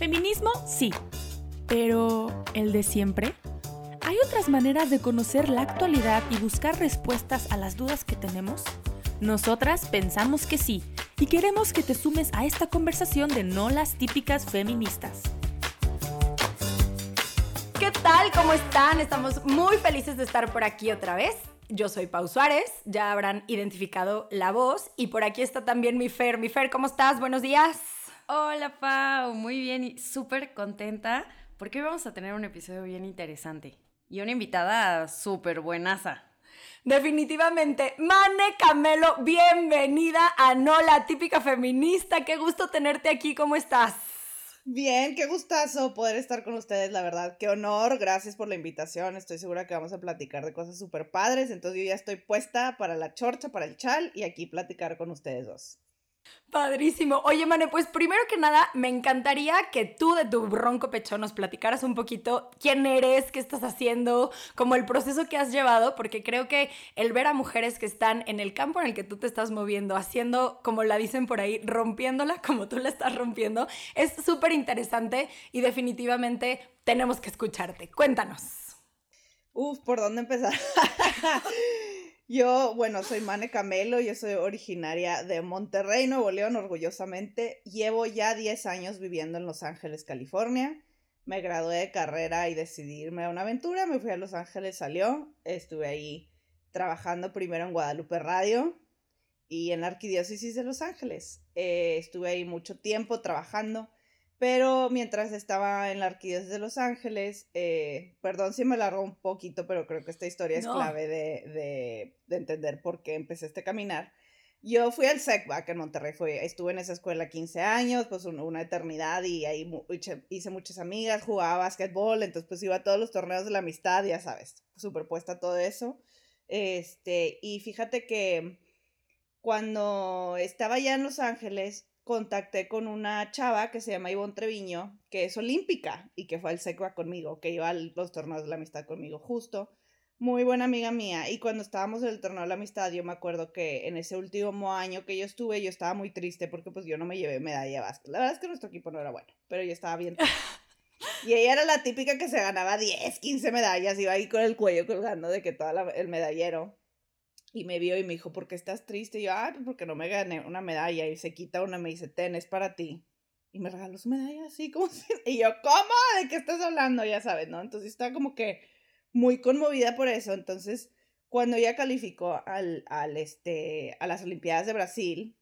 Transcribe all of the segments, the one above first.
Feminismo, sí. Pero, ¿el de siempre? ¿Hay otras maneras de conocer la actualidad y buscar respuestas a las dudas que tenemos? Nosotras pensamos que sí, y queremos que te sumes a esta conversación de no las típicas feministas. ¿Qué tal? ¿Cómo están? Estamos muy felices de estar por aquí otra vez. Yo soy Pau Suárez, ya habrán identificado la voz, y por aquí está también mi Fer. Mi Fer, ¿cómo estás? Buenos días. Hola Pau, muy bien y súper contenta porque hoy vamos a tener un episodio bien interesante y una invitada súper buenaza. Definitivamente, Mane Camelo, bienvenida a No la típica feminista. Qué gusto tenerte aquí, ¿cómo estás? Bien, qué gustazo poder estar con ustedes, la verdad, qué honor, gracias por la invitación, estoy segura que vamos a platicar de cosas súper padres, entonces yo ya estoy puesta para la chorcha, para el chal y aquí platicar con ustedes dos. Padrísimo. Oye, Mane, pues primero que nada, me encantaría que tú de tu ronco pecho nos platicaras un poquito quién eres, qué estás haciendo, como el proceso que has llevado, porque creo que el ver a mujeres que están en el campo en el que tú te estás moviendo, haciendo, como la dicen por ahí, rompiéndola como tú la estás rompiendo, es súper interesante y definitivamente tenemos que escucharte. Cuéntanos. ¿Por dónde empezar? Yo, soy Mane Camelo, yo soy originaria de Monterrey, Nuevo León, orgullosamente. Llevo ya 10 años viviendo en Los Ángeles, California. Me gradué de carrera y decidí irme a una aventura. Me fui a Los Ángeles, salió. Estuve ahí trabajando primero en Guadalupe Radio y en la Arquidiócesis de Los Ángeles. Estuve ahí mucho tiempo trabajando. Pero mientras estaba en la Arquidiócesis de Los Ángeles, perdón si me largo un poquito, pero creo que esta historia es clave de entender por qué empecé este caminar. Yo fui al SECBAC en Monterrey, estuve en esa escuela 15 años, pues una eternidad, y ahí hice muchas amigas, jugaba básquetbol, entonces pues iba a todos los torneos de la amistad, ya sabes, superpuesta a todo eso. Y fíjate que cuando estaba ya en Los Ángeles, contacté con una chava que se llama Ivonne Treviño, que es olímpica y que fue al SECBA conmigo, que iba a los torneos de la amistad conmigo justo. Muy buena amiga mía. Y cuando estábamos en el torneo de la amistad, yo me acuerdo que en ese último año que yo estuve, yo estaba muy triste porque pues yo no me llevé medalla de básquet. La verdad es que nuestro equipo no era bueno, pero yo estaba bien triste. Y ella era la típica que se ganaba 10, 15 medallas, iba ahí con el cuello colgando de que todo el medallero. Y me vio y me dijo, ¿por qué estás triste? Y yo, pues porque no me gané una medalla. Y se quita una y me dice, ten, es para ti. Y me regaló su medalla así como si... Y yo, ¿cómo? ¿De qué estás hablando? Ya sabes, ¿no? Entonces estaba como que muy conmovida por eso. Entonces, cuando ella calificó a las Olimpiadas de Brasil,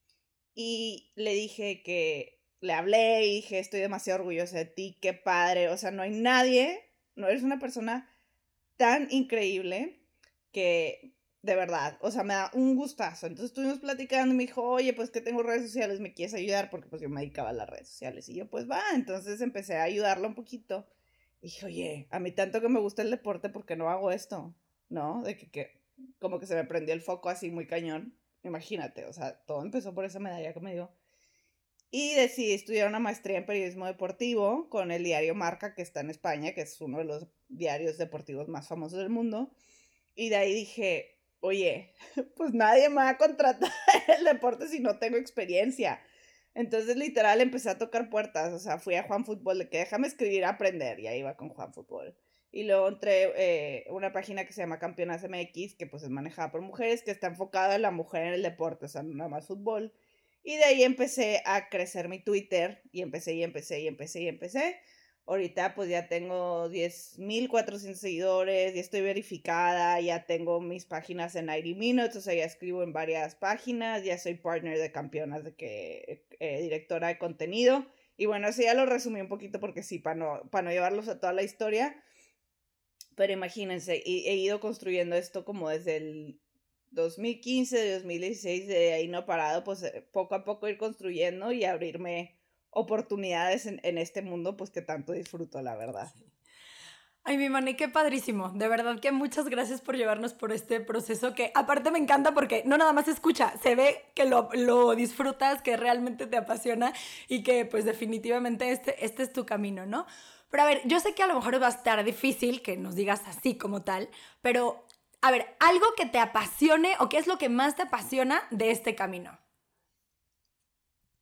y le dije que... Le hablé y dije, estoy demasiado orgullosa de ti, qué padre. O sea, no hay nadie, no eres una persona tan increíble que... De verdad, o sea, me da un gustazo. Entonces estuvimos platicando y me dijo, oye, pues que tengo redes sociales, ¿me quieres ayudar? Porque pues yo me dedicaba a las redes sociales. Y yo, pues va, entonces empecé a ayudarla un poquito. Y dije, oye, a mí tanto que me gusta el deporte, ¿por qué no hago esto? ¿No? De que como que se me prendió el foco así muy cañón. Imagínate, o sea, todo empezó por esa medalla que me dio. Y decidí estudiar una maestría en periodismo deportivo con el diario Marca, que está en España, que es uno de los diarios deportivos más famosos del mundo. Y de ahí dije, oye, pues nadie me va a contratar en el deporte si no tengo experiencia. Entonces, literal, empecé a tocar puertas. O sea, fui a Juan Fútbol, de que déjame escribir, aprender. Y ahí iba con Juan Fútbol. Y luego entré una página que se llama Campeonas MX, que pues es manejada por mujeres, que está enfocada en la mujer en el deporte, o sea, no nada más fútbol. Y de ahí empecé a crecer mi Twitter. Y empecé. Ahorita pues ya tengo 10,400 seguidores, ya estoy verificada, ya tengo mis páginas en 90 Minutes, o sea, ya escribo en varias páginas, ya soy partner de Campeonas, de que directora de contenido. Y bueno, eso ya lo resumí un poquito porque sí, para no llevarlos a toda la historia. Pero imagínense, he ido construyendo esto como desde el 2015, de 2016, de ahí no he parado, pues poco a poco ir construyendo y abrirme oportunidades en este mundo, pues que tanto disfruto, la verdad. Sí. Ay, mi Mane, qué padrísimo. De verdad que muchas gracias por llevarnos por este proceso que aparte me encanta porque no nada más escucha, se ve que lo disfrutas, que realmente te apasiona y que pues definitivamente este es tu camino, ¿no? Pero a ver, yo sé que a lo mejor va a estar difícil que nos digas así como tal, pero a ver, algo que te apasione o qué es lo que más te apasiona de este camino.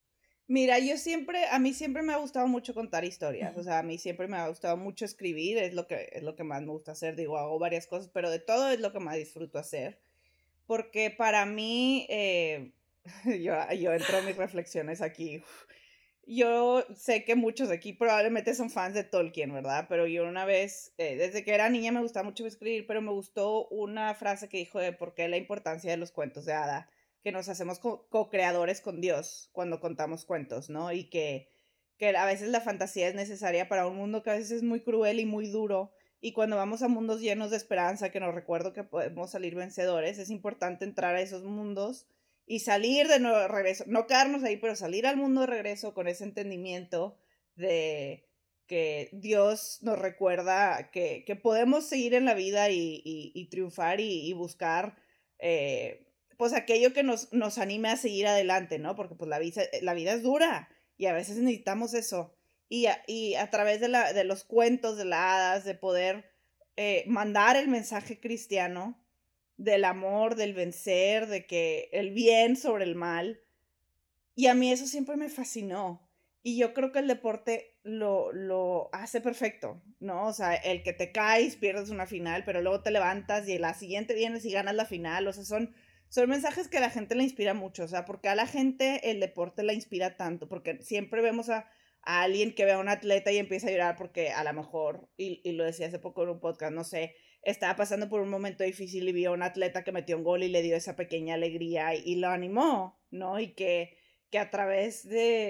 Mira, a mí siempre me ha gustado mucho contar historias, o sea, a mí siempre me ha gustado mucho escribir, es lo que más me gusta hacer, digo, hago varias cosas, pero de todo es lo que más disfruto hacer, porque para mí, yo entro en mis reflexiones aquí. Yo sé que muchos de aquí probablemente son fans de Tolkien, ¿verdad? Pero yo una vez, desde que era niña me gustaba mucho escribir, pero me gustó una frase que dijo de por qué la importancia de los cuentos de hada, que nos hacemos co-creadores con Dios cuando contamos cuentos, ¿no? Y que a veces la fantasía es necesaria para un mundo que a veces es muy cruel y muy duro. Y cuando vamos a mundos llenos de esperanza, que nos recuerdo que podemos salir vencedores, es importante entrar a esos mundos y salir de nuevo de regreso, no quedarnos ahí, pero salir al mundo de regreso con ese entendimiento de que Dios nos recuerda que podemos seguir en la vida y triunfar y buscar pues aquello que nos anime a seguir adelante, ¿no? Porque pues la vida es dura y a veces necesitamos eso. Y a través de los cuentos, de las hadas, de poder mandar el mensaje cristiano, del amor, del vencer, de que el bien sobre el mal. Y a mí eso siempre me fascinó. Y yo creo que el deporte lo hace perfecto, ¿no? O sea, el que te caes, pierdes una final, pero luego te levantas y la siguiente vienes y ganas la final. O sea, son mensajes que a la gente le inspira mucho. O sea, porque a la gente el deporte la inspira tanto. Porque siempre vemos a alguien que ve a un atleta y empieza a llorar porque a lo mejor, y lo decía hace poco en un podcast, no sé, estaba pasando por un momento difícil y vio a un atleta que metió un gol y le dio esa pequeña alegría y lo animó, ¿no? Y que a través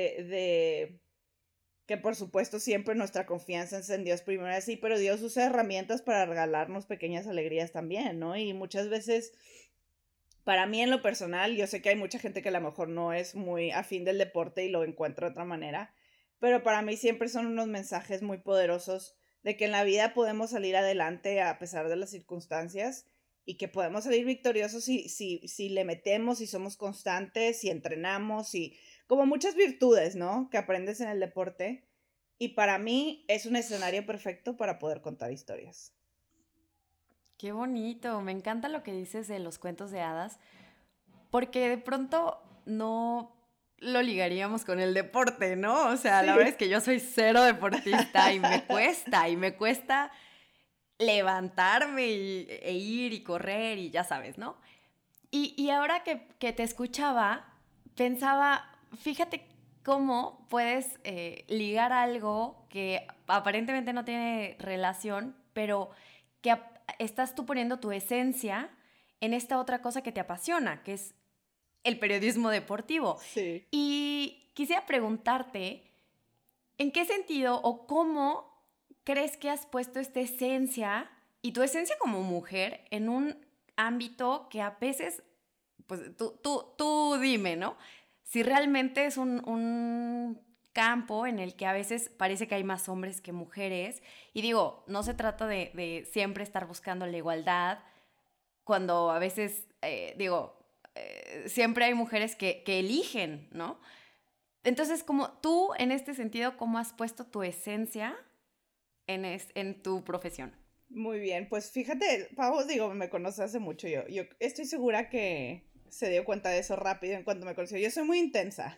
que por supuesto siempre nuestra confianza es en Dios primero así, pero Dios usa herramientas para regalarnos pequeñas alegrías también, ¿no? Y muchas veces, para mí en lo personal, yo sé que hay mucha gente que a lo mejor no es muy afín del deporte y lo encuentra de otra manera, pero para mí siempre son unos mensajes muy poderosos de que en la vida podemos salir adelante a pesar de las circunstancias y que podemos salir victoriosos si le metemos, si somos constantes, si entrenamos, y como muchas virtudes, ¿no? Que aprendes en el deporte. Y para mí es un escenario perfecto para poder contar historias. Qué bonito, me encanta lo que dices de los cuentos de hadas, porque de pronto no lo ligaríamos con el deporte, ¿no? O sea, Sí. la verdad es que yo soy cero deportista y me cuesta levantarme e ir y correr y ya sabes, ¿no? Y ahora que te escuchaba, pensaba, fíjate cómo puedes ligar algo que aparentemente no tiene relación, pero que estás tú poniendo tu esencia en esta otra cosa que te apasiona, que es el periodismo deportivo. Sí. Y quisiera preguntarte, ¿en qué sentido o cómo crees que has puesto esta esencia y tu esencia como mujer en un ámbito que a veces, pues tú dime, ¿no? Si realmente es un campo en el que a veces parece que hay más hombres que mujeres. Y digo, no se trata de siempre estar buscando la igualdad, cuando a veces, siempre hay mujeres que eligen, ¿no? Entonces, como tú, en este sentido, ¿cómo has puesto tu esencia en tu profesión? Muy bien, pues fíjate, Pau, digo, me conoce hace mucho. Yo estoy segura que se dio cuenta de eso rápido en cuanto me conoció. Yo soy muy intensa.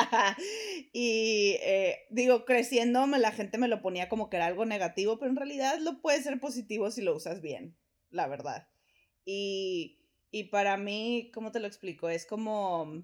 Y digo, creciéndome la gente me lo ponía como que era algo negativo, pero en realidad lo puede ser positivo si lo usas bien, la verdad. Y para mí, ¿cómo te lo explico? Es como...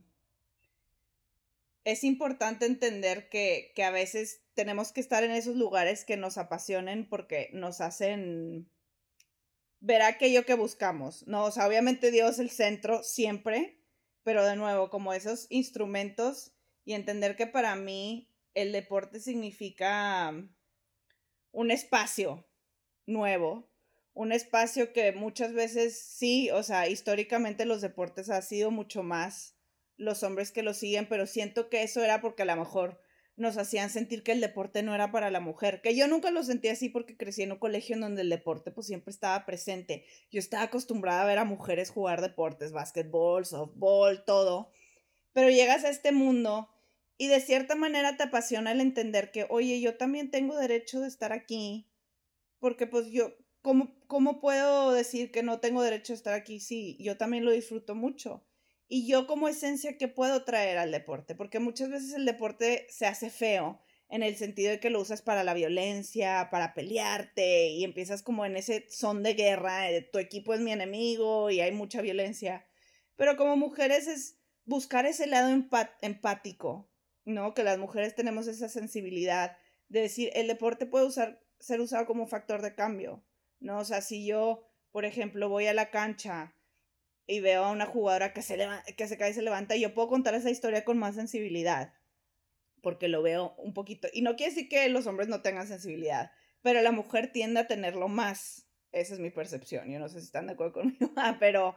Es importante entender que a veces tenemos que estar en esos lugares que nos apasionen porque nos hacen ver aquello que buscamos, ¿no? O sea, obviamente Dios es el centro siempre, pero de nuevo, como esos instrumentos y entender que para mí el deporte significa un espacio nuevo, un espacio que muchas veces sí, o sea, históricamente los deportes ha sido mucho más los hombres que lo siguen, pero siento que eso era porque a lo mejor nos hacían sentir que el deporte no era para la mujer, que yo nunca lo sentí así porque crecí en un colegio en donde el deporte pues siempre estaba presente. Yo estaba acostumbrada a ver a mujeres jugar deportes, básquetbol, softball, todo, pero llegas a este mundo y de cierta manera te apasiona el entender que, oye, yo también tengo derecho de estar aquí, porque pues yo, ¿cómo puedo decir que no tengo derecho a estar aquí? Sí, yo también lo disfruto mucho. Y yo como esencia, ¿qué puedo traer al deporte? Porque muchas veces el deporte se hace feo en el sentido de que lo usas para la violencia, para pelearte y empiezas como en ese son de guerra, tu equipo es mi enemigo y hay mucha violencia. Pero como mujeres es buscar ese lado empático, ¿no? Que las mujeres tenemos esa sensibilidad de decir, el deporte puede ser usado como factor de cambio, ¿no? O sea, si yo, por ejemplo, voy a la cancha y veo a una jugadora que se cae y se levanta, y yo puedo contar esa historia con más sensibilidad, porque lo veo un poquito. Y no quiere decir que los hombres no tengan sensibilidad, pero la mujer tiende a tenerlo más. Esa es mi percepción. Yo no sé si están de acuerdo conmigo, pero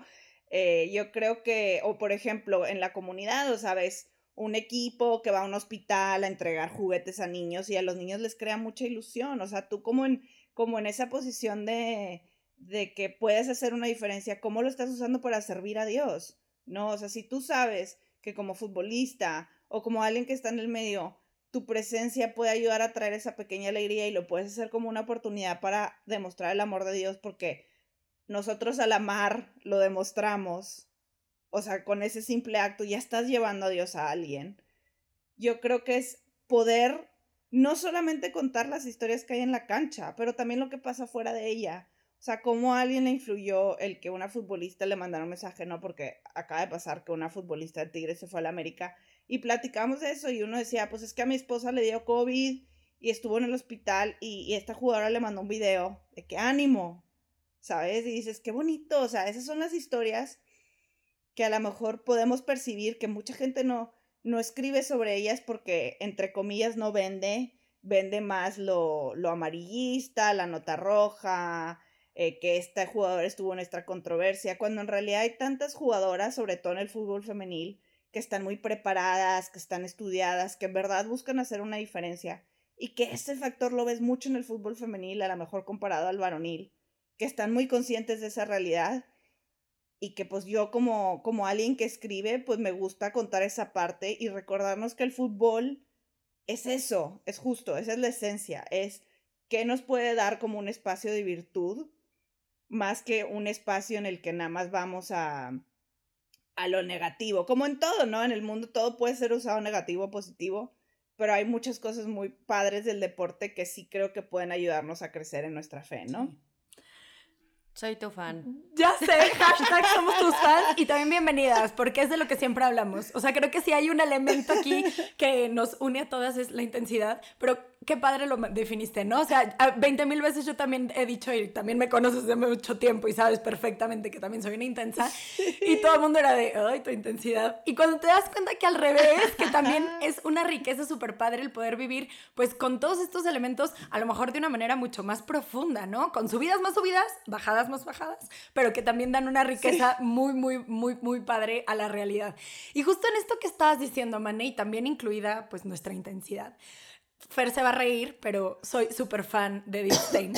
yo creo que, o por ejemplo, en la comunidad, o sabes, un equipo que va a un hospital a entregar juguetes a niños y a los niños les crea mucha ilusión. O sea, tú como en esa posición de que puedes hacer una diferencia, ¿cómo lo estás usando para servir a Dios? No, o sea, si tú sabes que como futbolista o como alguien que está en el medio, tu presencia puede ayudar a traer esa pequeña alegría y lo puedes hacer como una oportunidad para demostrar el amor de Dios, porque nosotros al amar lo demostramos. O sea, con ese simple acto ya estás llevando a Dios a alguien. Yo creo que es poder no solamente contar las historias que hay en la cancha, pero también lo que pasa fuera de ella. O sea, cómo a alguien le influyó el que una futbolista le mandara un mensaje, ¿no? Porque acaba de pasar que una futbolista de Tigres se fue a la América y platicamos de eso y uno decía, pues es que a mi esposa le dio COVID y estuvo en el hospital y esta jugadora le mandó un video de que ánimo, ¿sabes? Y dices, qué bonito, o sea, esas son las historias que a lo mejor podemos percibir que mucha gente no escribe sobre ellas porque, entre comillas, no vende más lo amarillista, la nota roja, que este jugador estuvo en esta controversia, cuando en realidad hay tantas jugadoras, sobre todo en el fútbol femenil, que están muy preparadas, que están estudiadas, que en verdad buscan hacer una diferencia, y que ese factor lo ves mucho en el fútbol femenil, a lo mejor comparado al varonil, que están muy conscientes de esa realidad, y que pues yo como alguien que escribe, pues me gusta contar esa parte y recordarnos que el fútbol es eso, es justo, esa es la esencia, es que nos puede dar como un espacio de virtud, más que un espacio en el que nada más vamos a lo negativo, como en todo, ¿no? En el mundo todo puede ser usado negativo o positivo, pero hay muchas cosas muy padres del deporte que sí creo que pueden ayudarnos a crecer en nuestra fe, ¿no? Sí. Soy tu fan. Ya sé, hashtag somos tus fans y también bienvenidas, porque es de lo que siempre hablamos. O sea, creo que sí hay un elemento aquí que nos une a todas, es la intensidad, pero qué padre lo definiste, ¿no? O sea, 20,000 veces yo también he dicho, y también me conoces de mucho tiempo y sabes perfectamente que también soy una intensa, y todo el mundo era de, ay, tu intensidad. Y cuando te das cuenta que al revés, que también es una riqueza súper padre el poder vivir, pues con todos estos elementos, a lo mejor de una manera mucho más profunda, ¿no? Con subidas más subidas, bajadas más bajadas, pero que también dan una riqueza muy, muy, muy, muy padre a la realidad. Y justo en esto que estabas diciendo, Mané, y también incluida, pues, nuestra intensidad. Fer se va a reír, pero soy súper fan de Edith Stein.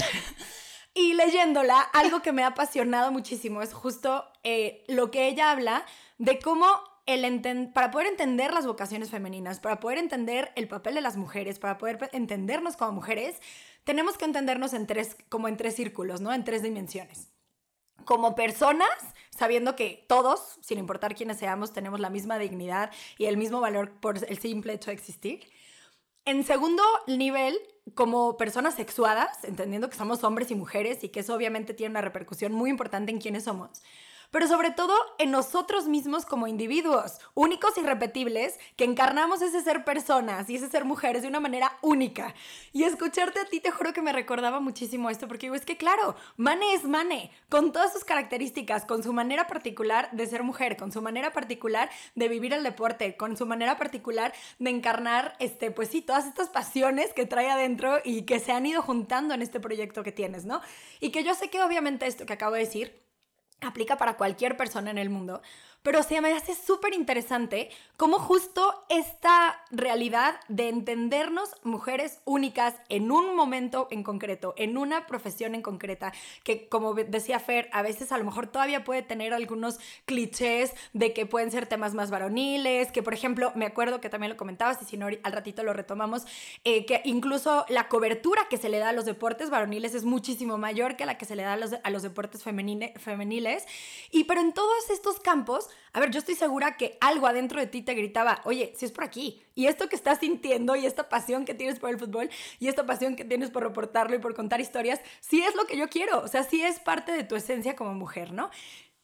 Y leyéndola, algo que me ha apasionado muchísimo es justo lo que ella habla de cómo para poder entender las vocaciones femeninas, para poder entender el papel de las mujeres, para poder entendernos como mujeres, tenemos que entendernos como en tres círculos, ¿no? En tres dimensiones. Como personas, sabiendo que todos, sin importar quiénes seamos, tenemos la misma dignidad y el mismo valor por el simple hecho de existir. En segundo nivel, como personas sexuadas, entendiendo que somos hombres y mujeres y que eso obviamente tiene una repercusión muy importante en quiénes somos. Pero sobre todo en nosotros mismos como individuos, únicos y irrepetibles, que encarnamos ese ser personas y ese ser mujeres de una manera única. Y escucharte a ti, te juro que me recordaba muchísimo esto, porque digo, es que claro, Mane es Mane, con todas sus características, con su manera particular de ser mujer, con su manera particular de vivir el deporte, con su manera particular de encarnar, pues sí, todas estas pasiones que trae adentro y que se han ido juntando en este proyecto que tienes, ¿no? Y que yo sé que obviamente esto que acabo de decir aplica para cualquier persona en el mundo, pero sí me hace súper interesante cómo justo esta realidad de entendernos mujeres únicas en un momento en concreto, en una profesión en concreta, que como decía Fer, a veces a lo mejor todavía puede tener algunos clichés de que pueden ser temas más varoniles, que por ejemplo, me acuerdo que también lo comentabas y si no al ratito lo retomamos, que incluso la cobertura que se le da a los deportes varoniles es muchísimo mayor que la que se le da a los deportes femeniles, pero en todos estos campos a ver, yo estoy segura que algo adentro de ti te gritaba, oye, si es por aquí. Y esto que estás sintiendo y esta pasión que tienes por el fútbol y esta pasión que tienes por reportarlo y por contar historias, sí es lo que yo quiero. O sea, sí es parte de tu esencia como mujer, ¿no?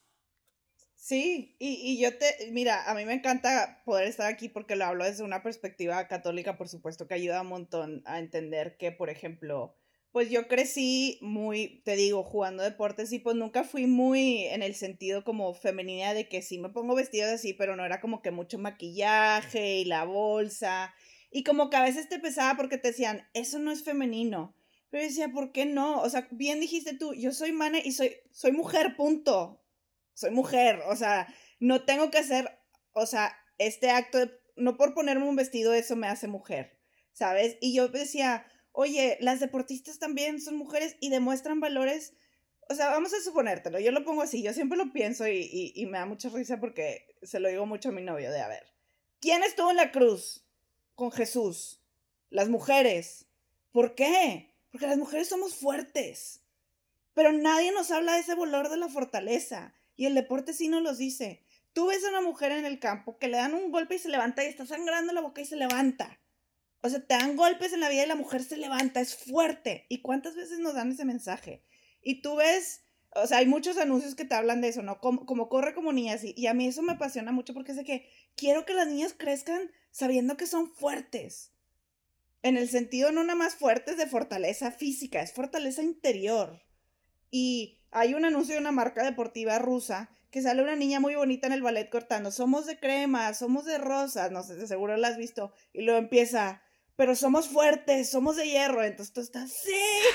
Sí, y mira, a mí me encanta poder estar aquí porque lo hablo desde una perspectiva católica, por supuesto, que ayuda un montón a entender que, por ejemplo, pues yo crecí muy, te digo, jugando deportes y pues nunca fui muy en el sentido como femenina de que sí me pongo vestidos así, pero no era como que mucho maquillaje y la bolsa. Y como que a veces te pesaba porque te decían, eso no es femenino. Pero yo decía, ¿por qué no? O sea, bien dijiste tú, yo soy mane y soy mujer, punto. Soy mujer, o sea, no tengo que hacer, o sea, este acto no por ponerme un vestido eso me hace mujer, ¿sabes? Y yo decía, oye, las deportistas también son mujeres y demuestran valores, o sea, vamos a suponértelo, yo lo pongo así, yo siempre lo pienso y me da mucha risa porque se lo digo mucho a mi novio de, a ver, ¿quién estuvo en la cruz con Jesús? Las mujeres. ¿Por qué? Porque las mujeres somos fuertes, pero nadie nos habla de ese valor de la fortaleza. Y el deporte sí nos los dice. Tú ves a una mujer en el campo que le dan un golpe y se levanta y está sangrando la boca y se levanta. O sea, te dan golpes en la vida y la mujer se levanta, es fuerte. ¿Y cuántas veces nos dan ese mensaje? Y tú ves, o sea, hay muchos anuncios que te hablan de eso, ¿no? Como corre como niñas. Y a mí eso me apasiona mucho porque sé que quiero que las niñas crezcan sabiendo que son fuertes. En el sentido no nada más fuertes de fortaleza física, es fortaleza interior. Y hay un anuncio de una marca deportiva rusa que sale una niña muy bonita en el ballet cortando, somos de crema, somos de rosas, no sé, de seguro la has visto, y luego empieza, pero somos fuertes, somos de hierro, entonces tú estás, sí,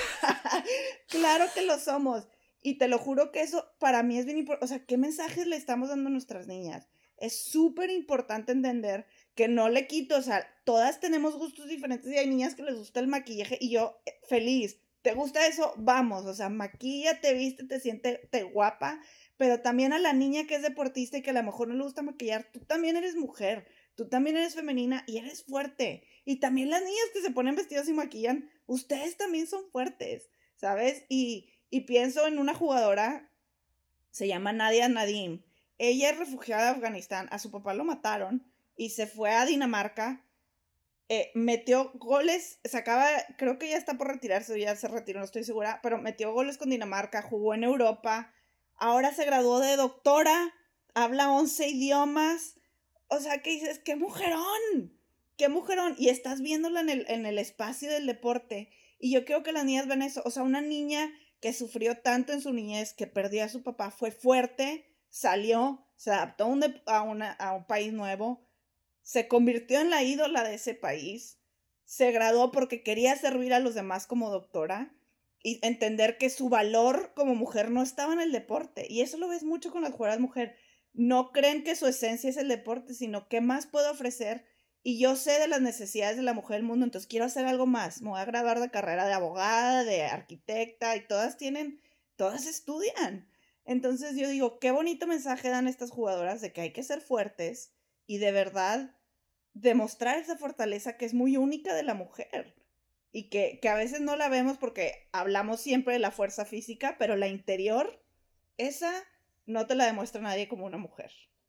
claro que lo somos, y te lo juro que eso para mí es bien importante, o sea, ¿qué mensajes le estamos dando a nuestras niñas? Es súper importante entender que no le quito, o sea, todas tenemos gustos diferentes y hay niñas que les gusta el maquillaje y yo feliz. ¿Te gusta eso? Vamos, o sea, maquíllate, vístete, siéntete guapa, pero también a la niña que es deportista y que a lo mejor no le gusta maquillar, tú también eres mujer, tú también eres femenina y eres fuerte. Y también las niñas que se ponen vestidos y maquillan, ustedes también son fuertes, ¿sabes? Y pienso en una jugadora, se llama Nadia Nadim. Ella es refugiada de Afganistán, a su papá lo mataron y se fue a Dinamarca. Metió goles, creo que ya está por retirarse, ya se retiró, no estoy segura, pero metió goles con Dinamarca, jugó en Europa, ahora se graduó de doctora, habla 11 idiomas, o sea, que dices, qué mujerón, y estás viéndola en el espacio del deporte, y yo creo que las niñas ven eso, o sea, una niña que sufrió tanto en su niñez, que perdió a su papá, fue fuerte, salió, se adaptó a un país nuevo, se convirtió en la ídola de ese país, se graduó porque quería servir a los demás como doctora y entender que su valor como mujer no estaba en el deporte. Y eso lo ves mucho con las jugadoras mujeres. No creen que su esencia es el deporte, sino qué más puedo ofrecer. Y yo sé de las necesidades de la mujer del mundo, entonces quiero hacer algo más. Me voy a graduar de carrera de abogada, de arquitecta, y todas estudian. Entonces yo digo, qué bonito mensaje dan estas jugadoras de que hay que ser fuertes y de verdad demostrar esa fortaleza que es muy única de la mujer y que a veces no la vemos porque hablamos siempre de la fuerza física, pero la interior, esa no te la demuestra nadie como una mujer.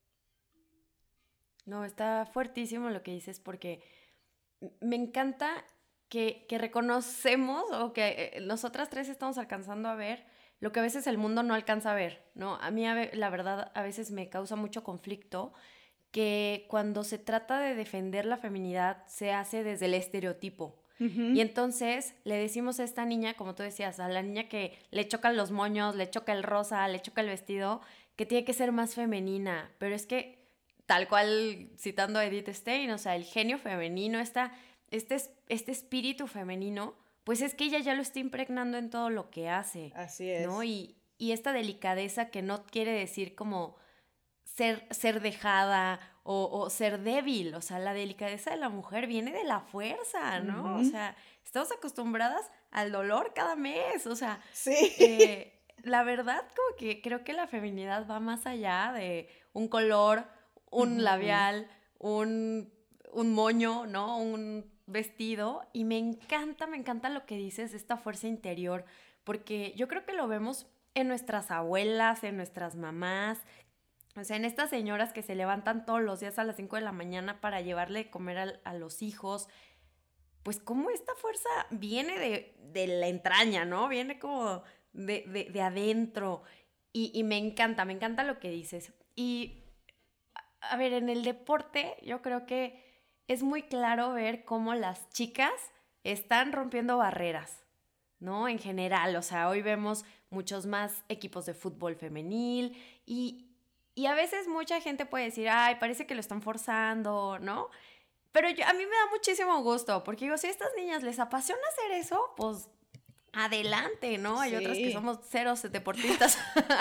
No, está fuertísimo lo que dices porque me encanta que reconocemos o que nosotras tres estamos alcanzando a ver lo que a veces el mundo no alcanza a ver, ¿no? A mí la verdad a veces me causa mucho conflicto que cuando se trata de defender la feminidad se hace desde el estereotipo. Y entonces le decimos a esta niña, como tú decías, a la niña que le chocan los moños, le choca el rosa, le choca el vestido, que tiene que ser más femenina. Pero es que, tal cual citando a Edith Stein, o sea, el genio femenino, este espíritu femenino, pues es que ella ya lo está impregnando en todo lo que hace. Así es. ¿No? Y esta delicadeza que no quiere decir como ser dejada o ser débil, o sea, la delicadeza de la mujer viene de la fuerza, ¿no? O sea, estamos acostumbradas al dolor cada mes, o sea, sí. La verdad como que creo que la feminidad va más allá de un color, un labial, un moño, ¿no? Un vestido, y me encanta lo que dices, esta fuerza interior, porque yo creo que lo vemos en nuestras abuelas, en nuestras mamás, O sea, en estas señoras que se levantan todos los días a las 5 de la mañana para llevarle de comer a los hijos, pues cómo esta fuerza viene de la entraña, ¿no? Viene como de adentro. Y me encanta lo que dices. Y, a ver, en el deporte yo creo que es muy claro ver cómo las chicas están rompiendo barreras, ¿no? En general, o sea, hoy vemos muchos más equipos de fútbol femenil y a veces mucha gente puede decir, ay, parece que lo están forzando, ¿no? Pero a mí me da muchísimo gusto, porque digo, si a estas niñas les apasiona hacer eso, pues adelante, ¿no? Hay otras que somos ceros deportistas.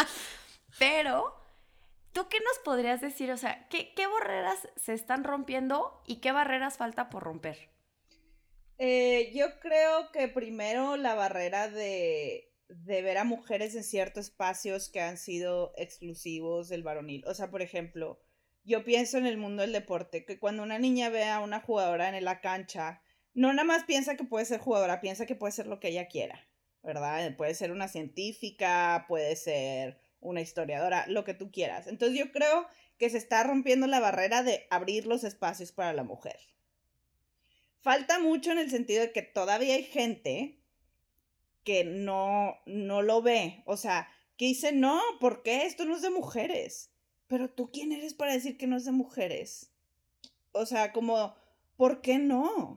Pero, ¿tú qué nos podrías decir? O sea, ¿qué barreras se están rompiendo y qué barreras falta por romper? Yo creo que primero la barrera de ver a mujeres en ciertos espacios que han sido exclusivos del varonil. O sea, por ejemplo, yo pienso en el mundo del deporte, que cuando una niña ve a una jugadora en la cancha, no nada más piensa que puede ser jugadora, piensa que puede ser lo que ella quiera, ¿verdad? Puede ser una científica, puede ser una historiadora, lo que tú quieras. Entonces yo creo que se está rompiendo la barrera de abrir los espacios para la mujer. Falta mucho en el sentido de que todavía hay gente que no lo ve, o sea, que dice, no, ¿por qué? Esto no es de mujeres. Pero tú, ¿quién eres para decir que no es de mujeres? O sea, como, ¿por qué no?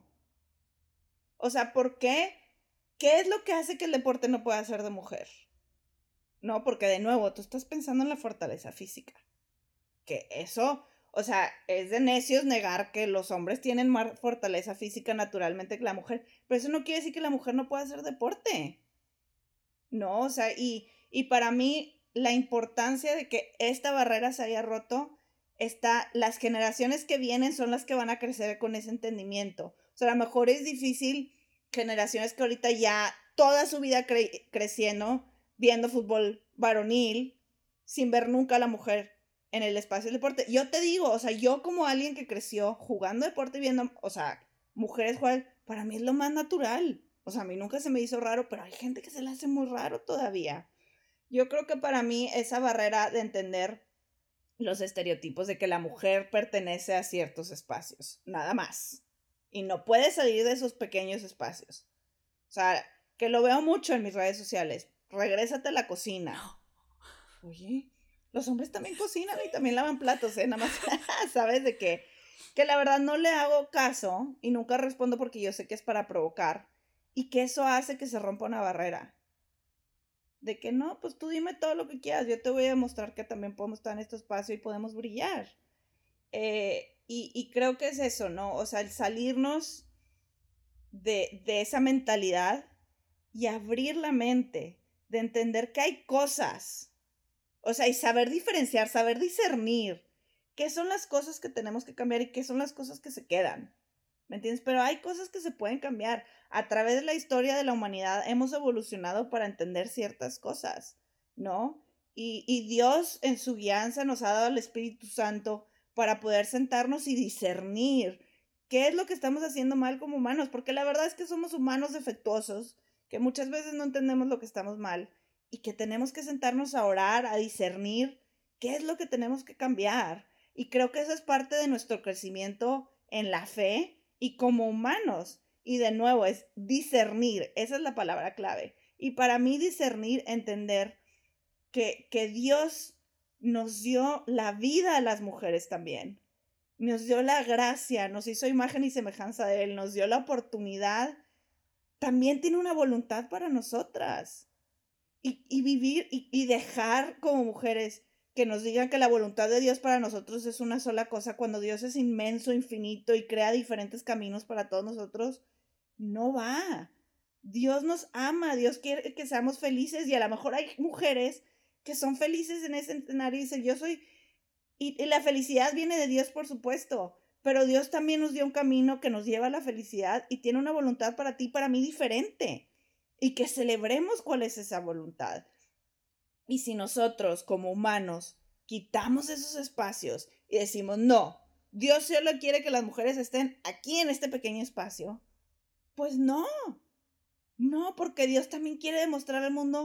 O sea, ¿por qué? ¿Qué es lo que hace que el deporte no pueda ser de mujer? No, porque de nuevo, tú estás pensando en la fortaleza física. Que eso, o sea, es de necios negar que los hombres tienen más fortaleza física naturalmente que la mujer. Pero eso no quiere decir que la mujer no pueda hacer deporte. No, o sea, y para mí la importancia de que esta barrera se haya roto está, las generaciones que vienen son las que van a crecer con ese entendimiento. O sea, a lo mejor es difícil generaciones que ahorita ya toda su vida creciendo, viendo fútbol varonil, sin ver nunca a la mujer en el espacio del deporte. Yo te digo, o sea, yo como alguien que creció jugando deporte y viendo, o sea, mujeres jugar, para mí es lo más natural. O sea, a mí nunca se me hizo raro, pero hay gente que se le hace muy raro todavía. Yo creo que para mí esa barrera de entender los estereotipos de que la mujer pertenece a ciertos espacios, nada más. Y no puede salir de esos pequeños espacios. O sea, que lo veo mucho en mis redes sociales. Regrésate a la cocina. Oye, los hombres también cocinan y también lavan platos, nada más, ¿sabes? De que la verdad no le hago caso y nunca respondo porque yo sé que es para provocar y que eso hace que se rompa una barrera. De que no, pues tú dime todo lo que quieras, yo te voy a demostrar que también podemos estar en este espacio y podemos brillar. Y creo que es eso, ¿no? O sea, el salirnos de esa mentalidad y abrir la mente, de entender que hay cosas, o sea, y saber diferenciar, saber discernir qué son las cosas que tenemos que cambiar y qué son las cosas que se quedan. ¿Me entiendes? Pero hay cosas que se pueden cambiar. A través de la historia de la humanidad hemos evolucionado para entender ciertas cosas, ¿no? Y Dios en su guianza nos ha dado el Espíritu Santo para poder sentarnos y discernir qué es lo que estamos haciendo mal como humanos, porque la verdad es que somos humanos defectuosos, que muchas veces no entendemos lo que estamos mal y que tenemos que sentarnos a orar, a discernir qué es lo que tenemos que cambiar. Y creo que eso es parte de nuestro crecimiento en la fe y como humanos. Y de nuevo es discernir, esa es la palabra clave. Y para mí discernir, entender que Dios nos dio la vida a las mujeres también. Nos dio la gracia, nos hizo imagen y semejanza de Él, nos dio la oportunidad. También tiene una voluntad para nosotras. Y vivir y dejar como mujeres que nos digan que la voluntad de Dios para nosotros es una sola cosa, cuando Dios es inmenso, infinito y crea diferentes caminos para todos nosotros, no va. Dios nos ama, Dios quiere que seamos felices y a lo mejor hay mujeres que son felices en ese escenario y dicen, yo soy, y la felicidad viene de Dios, por supuesto, pero Dios también nos dio un camino que nos lleva a la felicidad y tiene una voluntad para ti y para mí diferente. Y que celebremos cuál es esa voluntad. Y si nosotros, como humanos, quitamos esos espacios y decimos, no, Dios solo quiere que las mujeres estén aquí en este pequeño espacio, pues no, porque Dios también quiere demostrar al mundo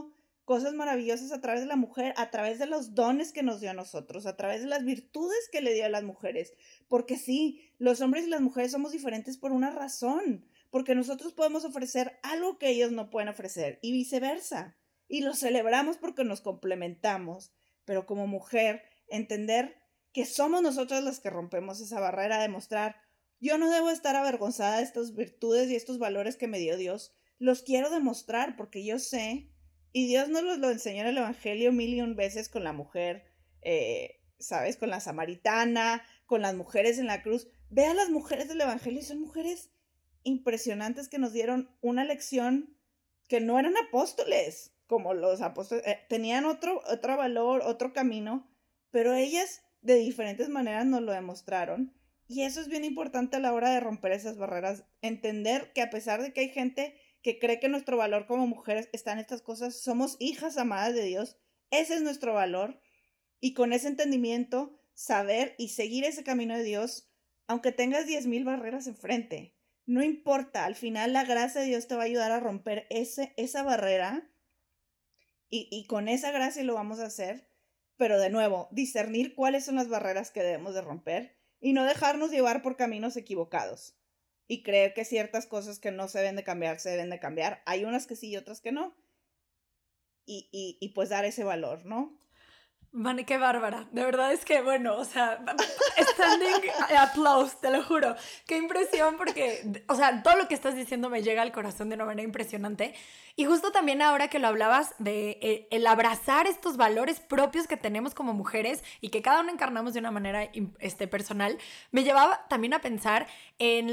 cosas maravillosas a través de la mujer, a través de los dones que nos dio a nosotros, a través de las virtudes que le dio a las mujeres. Porque sí, los hombres y las mujeres somos diferentes por una razón, porque nosotros podemos ofrecer algo que ellos no pueden ofrecer y viceversa. Y lo celebramos porque nos complementamos. Pero como mujer, entender que somos nosotras las que rompemos esa barrera de mostrar, yo no debo estar avergonzada de estas virtudes y estos valores que me dio Dios. Los quiero demostrar porque yo sé, y Dios nos lo enseñó en el Evangelio 1001 veces con la mujer, ¿sabes? Con la samaritana, con las mujeres en la cruz. Ve a las mujeres del Evangelio y son mujeres impresionantes que nos dieron una lección que no eran apóstoles, como los apóstoles, tenían otro valor, otro camino, pero ellas de diferentes maneras nos lo demostraron. Y eso es bien importante a la hora de romper esas barreras, entender que a pesar de que hay gente que cree que nuestro valor como mujeres está en estas cosas, somos hijas amadas de Dios, ese es nuestro valor, y con ese entendimiento, saber y seguir ese camino de Dios, aunque tengas 10,000 barreras enfrente, no importa, al final la gracia de Dios te va a ayudar a romper esa barrera, y con esa gracia lo vamos a hacer, pero de nuevo, discernir cuáles son las barreras que debemos de romper, y no dejarnos llevar por caminos equivocados. Y creer que ciertas cosas que no se deben de cambiar, se deben de cambiar. Hay unas que sí y otras que no. Y pues dar ese valor, ¿no? Vane, qué bárbara. De verdad es que, bueno, o sea, standing applause, te lo juro. Qué impresión porque, o sea, todo lo que estás diciendo me llega al corazón de una manera impresionante. Y justo también ahora que lo hablabas de el abrazar estos valores propios que tenemos como mujeres y que cada uno encarnamos de una manera personal, me llevaba también a pensar en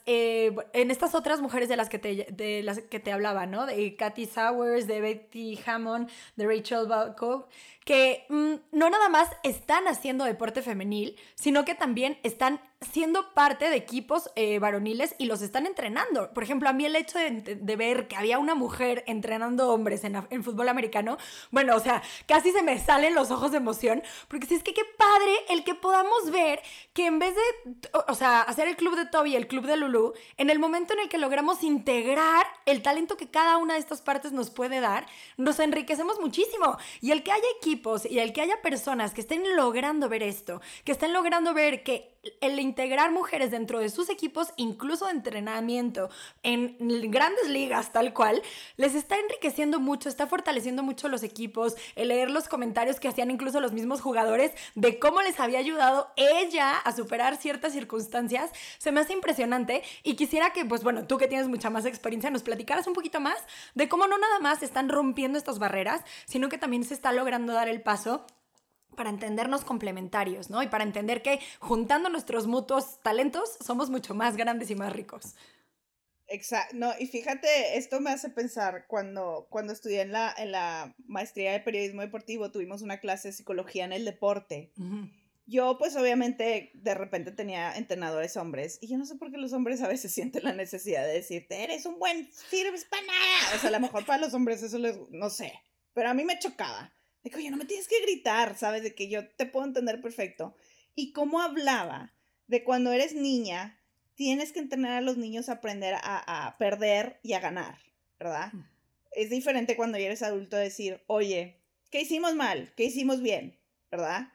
en estas otras mujeres de las que te hablaba, ¿no? De Kathy Sowers, de Betty Hammond, de Rachel Balco, que no nada más están haciendo deporte femenil, sino que también están siendo parte de equipos varoniles y los están entrenando. Por ejemplo, a mí el hecho de ver que había una mujer entrenando hombres en fútbol americano, bueno, o sea, casi se me salen los ojos de emoción, porque si es que qué padre el que podamos ver que en vez de, o sea, hacer el club de Toby y el club de Lulu, en el momento en el que logramos integrar el talento que cada una de estas partes nos puede dar, nos enriquecemos muchísimo. Y el que haya equipos y el que haya personas que estén logrando ver esto, que estén logrando ver que el integrar mujeres dentro de sus equipos, incluso de entrenamiento, en grandes ligas tal cual, les está enriqueciendo mucho, está fortaleciendo mucho los equipos, el leer los comentarios que hacían incluso los mismos jugadores de cómo les había ayudado ella a superar ciertas circunstancias, se me hace impresionante y quisiera que, pues bueno, tú que tienes mucha más experiencia, nos platicaras un poquito más de cómo no nada más están rompiendo estas barreras, sino que también se está logrando dar el paso para entendernos complementarios, ¿no? Y para entender que juntando nuestros mutuos talentos somos mucho más grandes y más ricos. Exacto, no, y fíjate, esto me hace pensar, cuando estudié en la maestría de periodismo deportivo, tuvimos una clase de psicología en el deporte. Uh-huh. Yo, pues, obviamente, de repente tenía entrenadores hombres, y yo no sé por qué los hombres a veces sienten la necesidad de decirte, eres un buen, sirves para nada. O sea, a lo mejor para los hombres eso les, no sé, pero a mí me chocaba. De que, oye, no me tienes que gritar, ¿sabes? De que yo te puedo entender perfecto. Y cómo hablaba de cuando eres niña, tienes que entrenar a los niños a aprender a perder y a ganar, ¿verdad? Es diferente cuando ya eres adulto decir, oye, ¿qué hicimos mal? ¿Qué hicimos bien? ¿Verdad?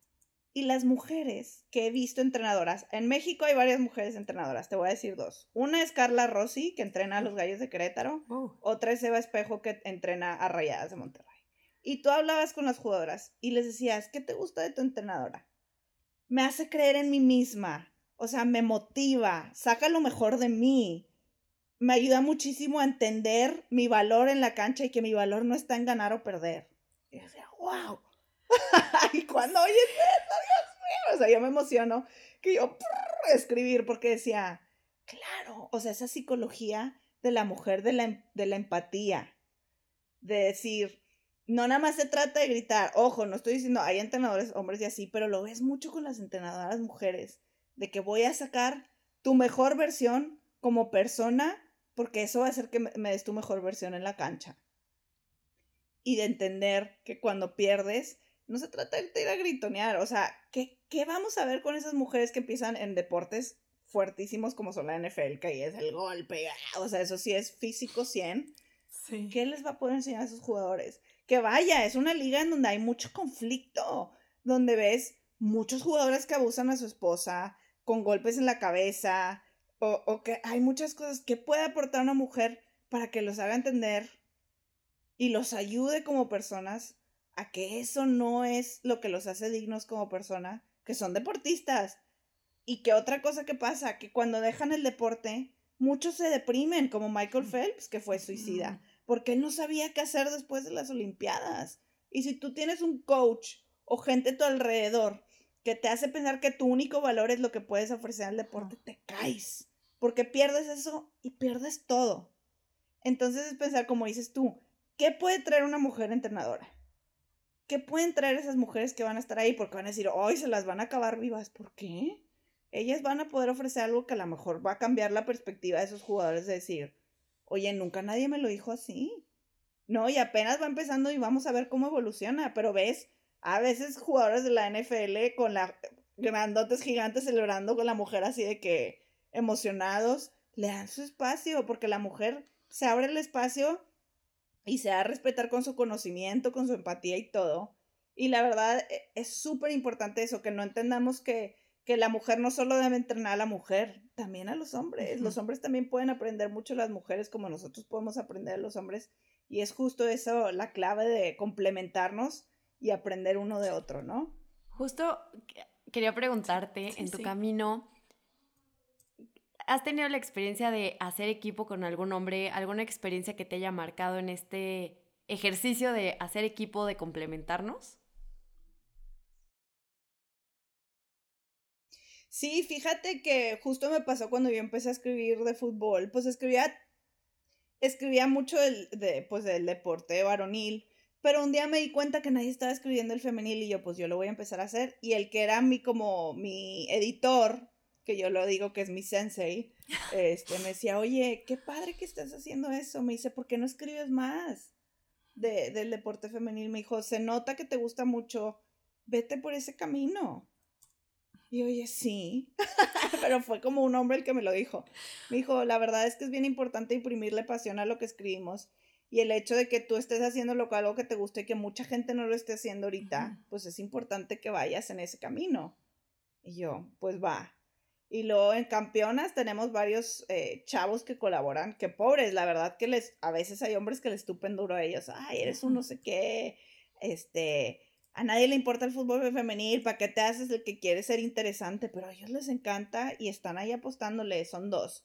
Y las mujeres que he visto entrenadoras, en México hay varias mujeres entrenadoras, te voy a decir dos. Una es Carla Rossi, que entrena a los Gallos de Querétaro. Otra es Eva Espejo, que entrena a Rayadas de Monterrey. Y tú hablabas con las jugadoras y les decías, ¿qué te gusta de tu entrenadora? Me hace creer en mí misma, o sea, me motiva, saca lo mejor de mí, me ayuda muchísimo a entender mi valor en la cancha y que mi valor no está en ganar o perder. Y yo decía, wow. Y cuando oyes esto, Dios mío, o sea, yo me emociono que yo escribir porque decía, claro, o sea, esa psicología de la mujer, de la empatía, de decir, no nada más se trata de gritar, ojo, no estoy diciendo, hay entrenadores hombres y así, pero lo ves mucho con las entrenadoras mujeres, de que voy a sacar tu mejor versión como persona, porque eso va a hacer que me des tu mejor versión en la cancha. Y de entender que cuando pierdes, no se trata de ir a gritonear, o sea, ¿qué vamos a ver con esas mujeres que empiezan en deportes fuertísimos como son la NFL, que ahí es el golpe, o sea, eso sí es físico 100, sí. ¿Qué les va a poder enseñar a esos jugadores? que vaya, es una liga en donde hay mucho conflicto, donde ves muchos jugadores que abusan a su esposa, con golpes en la cabeza, o que hay muchas cosas que puede aportar una mujer para que los haga entender y los ayude como personas a que eso no es lo que los hace dignos como persona, que son deportistas. Y que otra cosa que pasa, que cuando dejan el deporte, muchos se deprimen, como Michael Phelps, que fue suicida, porque él no sabía qué hacer después de las Olimpiadas. Y si tú tienes un coach o gente a tu alrededor que te hace pensar que tu único valor es lo que puedes ofrecer al deporte, te caes, porque pierdes eso y pierdes todo. Entonces es pensar, como dices tú, ¿qué puede traer una mujer entrenadora? ¿Qué pueden traer esas mujeres que van a estar ahí? Porque van a decir, hoy se las van a acabar vivas. ¿Por qué? Ellas van a poder ofrecer algo que a lo mejor va a cambiar la perspectiva de esos jugadores, de decir, oye, nunca nadie me lo dijo así. No, y apenas va empezando y vamos a ver cómo evoluciona. Pero ves, a veces jugadores de la NFL con la grandotes gigantes celebrando con la mujer así de que emocionados, le dan su espacio, porque la mujer se abre el espacio y se da a respetar con su conocimiento, con su empatía y todo. Y la verdad es súper importante eso, que no entendamos que la mujer no solo debe entrenar a la mujer, también a los hombres. Uh-huh. Los hombres también pueden aprender mucho de las mujeres como nosotros podemos aprender de los hombres. Y es justo eso la clave de complementarnos y aprender uno de otro, ¿no? Justo quería preguntarte, en tu camino, ¿has tenido la experiencia de hacer equipo con algún hombre? ¿Alguna experiencia que te haya marcado en este ejercicio de hacer equipo, de complementarnos? Sí, fíjate que justo me pasó cuando yo empecé a escribir de fútbol, pues escribía mucho del deporte varonil, pero un día me di cuenta que nadie estaba escribiendo el femenil y yo lo voy a empezar a hacer, y el que era mi editor, que yo lo digo que es mi sensei, me decía, oye, qué padre que estás haciendo eso. Me dice, ¿por qué no escribes más del deporte femenil? Me dijo, se nota que te gusta mucho, vete por ese camino. Y oye, sí, pero fue como un hombre el que me lo dijo. Me dijo, la verdad es que es bien importante imprimirle pasión a lo que escribimos, y el hecho de que tú estés haciendo algo que te guste y que mucha gente no lo esté haciendo ahorita, pues es importante que vayas en ese camino. Y yo, pues va. Y luego en Campeonas tenemos varios chavos que colaboran, que pobres, la verdad que a veces hay hombres que les tupen duro a ellos. Ay, eres un no sé qué, a nadie le importa el fútbol femenil, ¿para qué te haces el que quiere ser interesante? Pero a ellos les encanta y están ahí apostándole. Son dos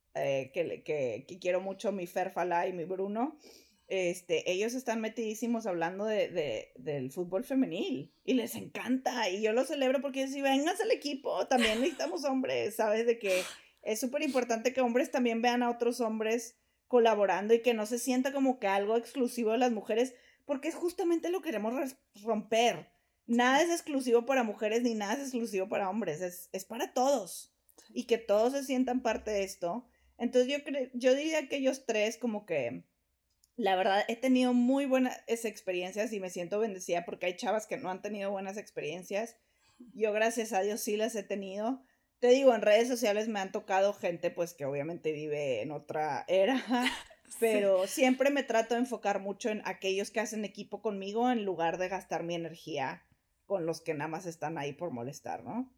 que quiero mucho, mi Ferfala y mi Bruno. Ellos están metidísimos hablando del fútbol femenil y les encanta, y yo lo celebro porque si vengas al equipo, también necesitamos hombres, ¿sabes? De que es súper importante que hombres también vean a otros hombres colaborando y que no se sienta como que algo exclusivo de las mujeres, porque es justamente lo que queremos romper. Nada es exclusivo para mujeres ni nada es exclusivo para hombres, es para todos, y que todos se sientan parte de esto. Entonces yo diría que ellos tres, como que la verdad he tenido muy buenas experiencias y me siento bendecida porque hay chavas que no han tenido buenas experiencias. Yo gracias a Dios sí las he tenido. Te digo, en redes sociales me han tocado gente pues que obviamente vive en otra era, pero siempre me trato de enfocar mucho en aquellos que hacen equipo conmigo en lugar de gastar mi energía con los que nada más están ahí por molestar, ¿no?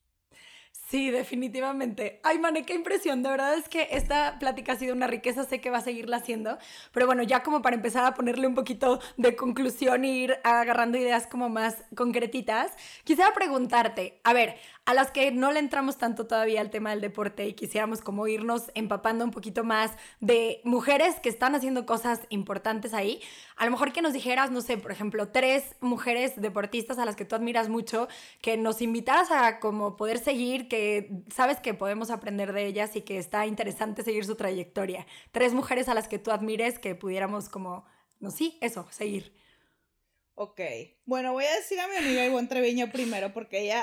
Sí, definitivamente. Ay, Mane, qué impresión. De verdad es que esta plática ha sido una riqueza, sé que va a seguirla haciendo, pero bueno, ya como para empezar a ponerle un poquito de conclusión e ir agarrando ideas como más concretitas, quisiera preguntarte, a ver, a las que no le entramos tanto todavía al tema del deporte y quisiéramos como irnos empapando un poquito más de mujeres que están haciendo cosas importantes ahí, a lo mejor que nos dijeras, no sé, por ejemplo, 3 mujeres deportistas a las que tú admiras mucho, que nos invitaras a como poder seguir, que sabes que podemos aprender de ellas y que está interesante seguir su trayectoria. 3 mujeres a las que tú admires que pudiéramos como, no sí, eso, seguir. Ok, bueno, voy a decir a mi amiga Ivonne Treviño primero, porque ella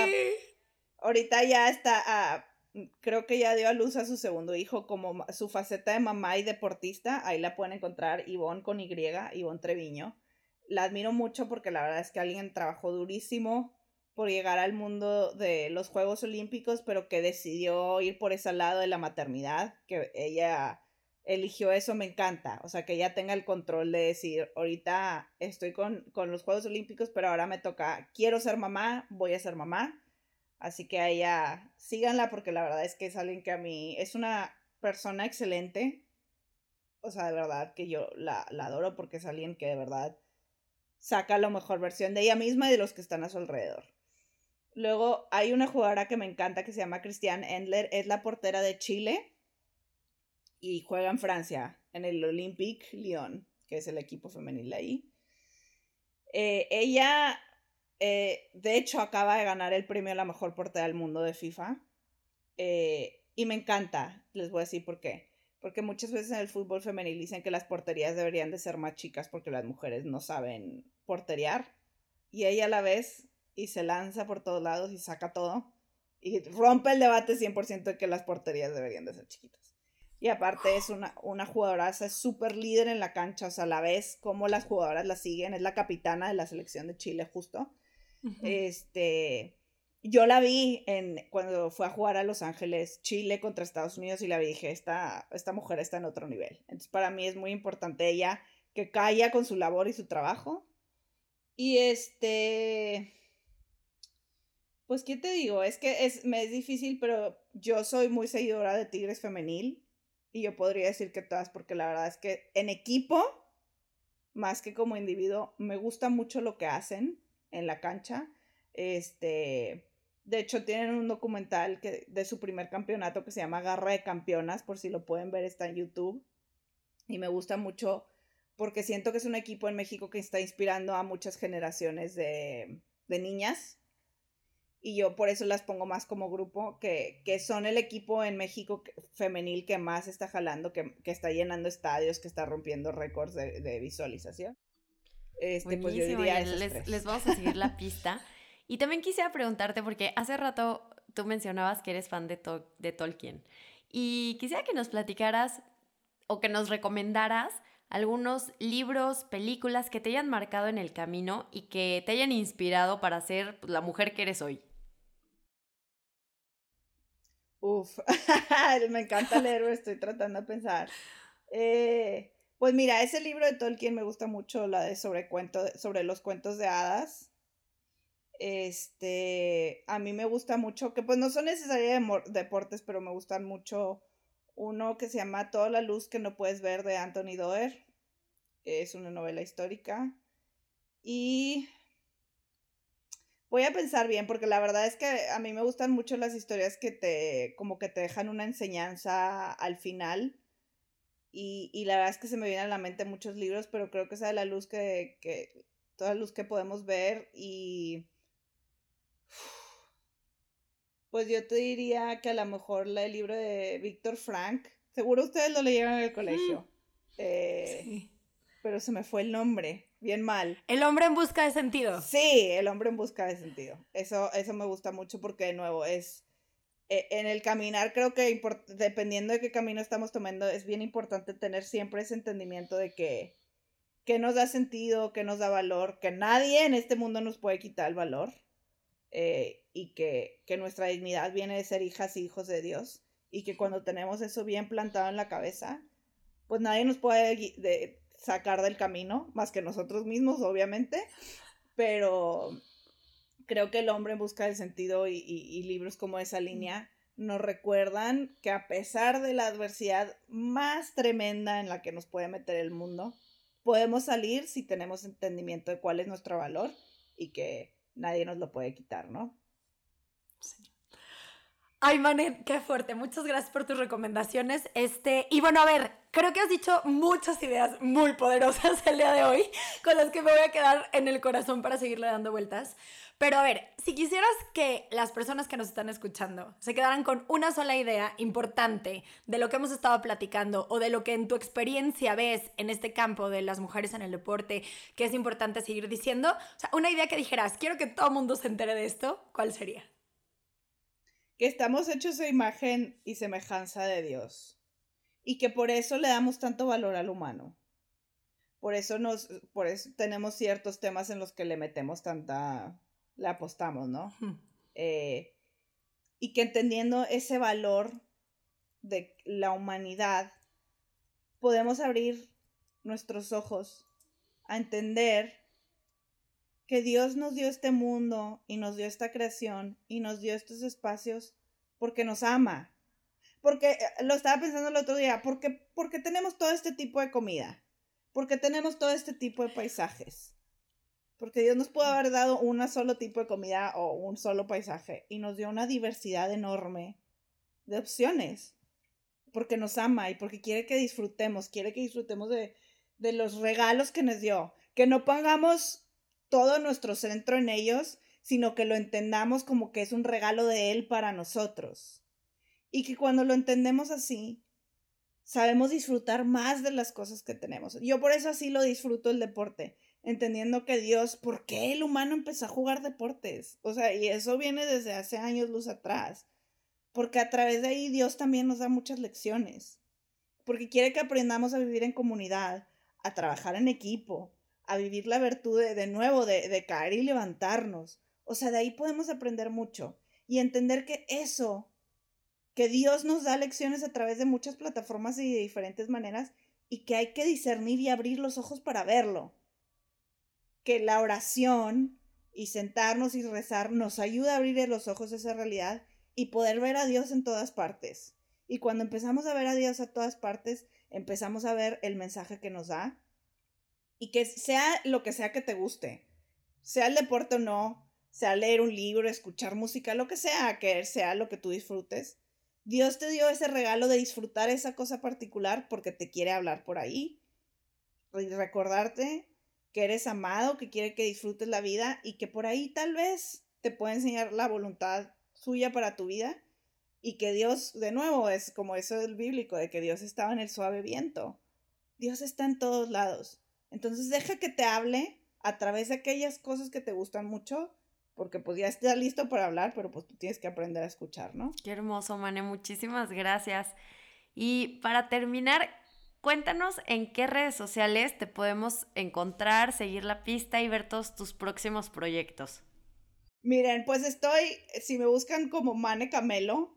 ahorita ya está, creo que ya dio a luz a su segundo hijo, como su faceta de mamá y deportista. Ahí la pueden encontrar, Ivonne con Y, Ivonne Treviño. La admiro mucho porque la verdad es que alguien trabajó durísimo por llegar al mundo de los Juegos Olímpicos, pero que decidió ir por ese lado de la maternidad, que ella eligió eso, me encanta. O sea, que ella tenga el control de decir, ahorita estoy con los Juegos Olímpicos, pero ahora me toca, quiero ser mamá, voy a ser mamá. Así que a ella, síganla porque la verdad es que es alguien que a mí es una persona excelente. O sea, de verdad que yo la adoro porque es alguien que de verdad saca la mejor versión de ella misma y de los que están a su alrededor. Luego hay una jugadora que me encanta que se llama Christiane Endler, es la portera de Chile y juega en Francia, en el Olympique Lyon, que es el equipo femenil ahí. Ella, de hecho, acaba de ganar el premio a la mejor portera del mundo de FIFA. Y me encanta, les voy a decir por qué. Porque muchas veces en el fútbol femenil dicen que las porterías deberían de ser más chicas porque las mujeres no saben porterear. Y ella la ves y se lanza por todos lados y saca todo. Y rompe el debate 100% de que las porterías deberían de ser chiquitas. Y aparte es una jugadoraza, es súper líder en la cancha. O sea, la ves cómo las jugadoras la siguen. Es la capitana de la selección de Chile justo. Uh-huh. Yo la vi cuando fue a jugar a Los Ángeles, Chile contra Estados Unidos y la vi y dije, esta mujer está en otro nivel. Entonces para mí es muy importante ella que calla con su labor y su trabajo. Y pues ¿qué te digo? Es que me es difícil, pero yo soy muy seguidora de Tigres Femenil y yo podría decir que todas porque la verdad es que en equipo, más que como individuo, me gusta mucho lo que hacen en la cancha. De hecho, tienen un documental de su primer campeonato que se llama Garra de Campeonas, por si lo pueden ver, está en YouTube. Y me gusta mucho porque siento que es un equipo en México que está inspirando a muchas generaciones de niñas. Y yo por eso las pongo más como grupo, que son el equipo en México femenil que más está jalando, que está llenando estadios, que está rompiendo récords de visualización. Pues yo diría les vamos a seguir la pista. Y también quisiera preguntarte, porque hace rato tú mencionabas que eres fan de Tolkien. Y quisiera que nos platicaras o que nos recomendaras algunos libros, películas que te hayan marcado en el camino y que te hayan inspirado para ser la mujer que eres hoy. Uf, me encanta leer, estoy tratando de pensar. Pues mira, ese libro de Tolkien me gusta mucho, la de sobre los cuentos de hadas. A mí me gusta mucho, que pues no son necesariamente deportes, pero me gustan mucho uno que se llama Toda la luz que no puedes ver, de Anthony Doerr. Es una novela histórica. Y voy a pensar bien, porque la verdad es que a mí me gustan mucho las historias que como que te dejan una enseñanza al final. Y la verdad es que se me vienen a la mente muchos libros, pero creo que esa de la luz toda la luz que podemos ver y... Pues yo te diría que a lo mejor el libro de Víctor Frank, seguro ustedes lo leyeron en el colegio, sí. Pero se me fue el nombre, bien mal. El hombre en busca de sentido. Sí, El hombre en busca de sentido. Eso me gusta mucho porque de nuevo es, en el caminar creo que dependiendo de qué camino estamos tomando es bien importante tener siempre ese entendimiento de que nos da sentido, que nos da valor, que nadie en este mundo nos puede quitar el valor. Y que nuestra dignidad viene de ser hijas y hijos de Dios y que cuando tenemos eso bien plantado en la cabeza, pues nadie nos puede sacar del camino, más que nosotros mismos, obviamente, pero creo que El hombre en busca del sentido y libros como esa línea nos recuerdan que a pesar de la adversidad más tremenda en la que nos puede meter el mundo, podemos salir si tenemos entendimiento de cuál es nuestro valor y que nadie nos lo puede quitar, ¿no? Sí. Ay, Manet, qué fuerte. Muchas gracias por tus recomendaciones. Y bueno, a ver, creo que has dicho muchas ideas muy poderosas el día de hoy, con las que me voy a quedar en el corazón para seguirle dando vueltas. Pero a ver, si quisieras que las personas que nos están escuchando se quedaran con una sola idea importante de lo que hemos estado platicando o de lo que en tu experiencia ves en este campo de las mujeres en el deporte, que es importante seguir diciendo, o sea, una idea que dijeras, quiero que todo el mundo se entere de esto, ¿cuál sería? Que estamos hechos a imagen y semejanza de Dios y que por eso le damos tanto valor al humano. Por eso tenemos ciertos temas en los que le apostamos, ¿no? Y que entendiendo ese valor de la humanidad, podemos abrir nuestros ojos a entender que Dios nos dio este mundo y nos dio esta creación y nos dio estos espacios porque nos ama. Porque, lo estaba pensando el otro día, porque tenemos todo este tipo de comida, porque tenemos todo este tipo de paisajes, porque Dios nos pudo haber dado un solo tipo de comida o un solo paisaje y nos dio una diversidad enorme de opciones, porque nos ama y porque quiere que disfrutemos de los regalos que nos dio, que no pongamos todo nuestro centro en ellos, sino que lo entendamos como que es un regalo de Él para nosotros. Y que cuando lo entendemos así, sabemos disfrutar más de las cosas que tenemos. Yo por eso así lo disfruto el deporte, entendiendo que Dios, ¿por qué el humano empezó a jugar deportes? O sea, y eso viene desde hace años luz atrás. Porque a través de ahí Dios también nos da muchas lecciones. Porque quiere que aprendamos a vivir en comunidad, a trabajar en equipo, a vivir la virtud de caer y levantarnos. O sea, de ahí podemos aprender mucho. Y entender que eso, que Dios nos da lecciones a través de muchas plataformas y de diferentes maneras, y que hay que discernir y abrir los ojos para verlo. Que la oración y sentarnos y rezar nos ayuda a abrir los ojos a esa realidad y poder ver a Dios en todas partes. Y cuando empezamos a ver a Dios a todas partes, empezamos a ver el mensaje que nos da. Y que sea lo que sea que te guste, sea el deporte o no, sea leer un libro, escuchar música, lo que sea lo que tú disfrutes. Dios te dio ese regalo de disfrutar esa cosa particular porque te quiere hablar por ahí. Y recordarte que eres amado, que quiere que disfrutes la vida y que por ahí tal vez te puede enseñar la voluntad suya para tu vida. Y que Dios, de nuevo, es como eso del bíblico, de que Dios estaba en el suave viento. Dios está en todos lados. Entonces deja que te hable a través de aquellas cosas que te gustan mucho, porque pues ya estás listo para hablar, pero pues tú tienes que aprender a escuchar, ¿no? Qué hermoso, Mane, muchísimas gracias. Y para terminar, cuéntanos en qué redes sociales te podemos encontrar, seguir la pista y ver todos tus próximos proyectos. Miren, pues si me buscan como Mane Camelo,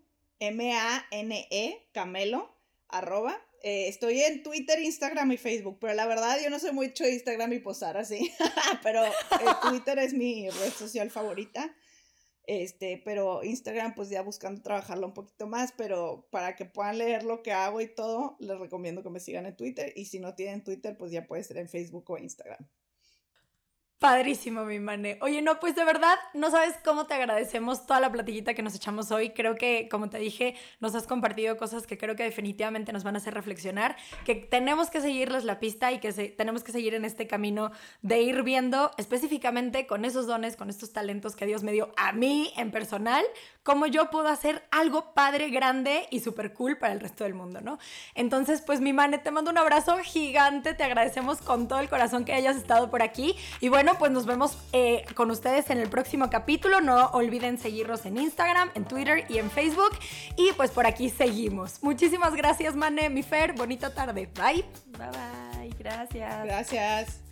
M-A-N-E, Camelo, @ estoy en Twitter, Instagram y Facebook, pero la verdad yo no soy mucho de Instagram y posar así, pero Twitter es mi red social favorita, pero Instagram pues ya buscando trabajarlo un poquito más, pero para que puedan leer lo que hago y todo, les recomiendo que me sigan en Twitter, y si no tienen Twitter pues ya puede ser en Facebook o Instagram. Padrísimo, mi Mane. Oye, no, pues de verdad, no sabes cómo te agradecemos toda la platiquita que nos echamos hoy. Creo que, como te dije, nos has compartido cosas que creo que definitivamente nos van a hacer reflexionar, que tenemos que seguirles la pista y que tenemos que seguir en este camino de ir viendo específicamente con esos dones, con estos talentos que Dios me dio a mí en personal, cómo yo puedo hacer algo padre, grande y súper cool para el resto del mundo, ¿no? Entonces, pues mi Mane, te mando un abrazo gigante, te agradecemos con todo el corazón que hayas estado por aquí y bueno, pues nos vemos con ustedes en el próximo capítulo. No olviden seguirnos en Instagram, en Twitter y en Facebook y pues por aquí seguimos. Muchísimas gracias, Mane, mi Fer, bonita tarde, bye. Bye bye, gracias. Gracias.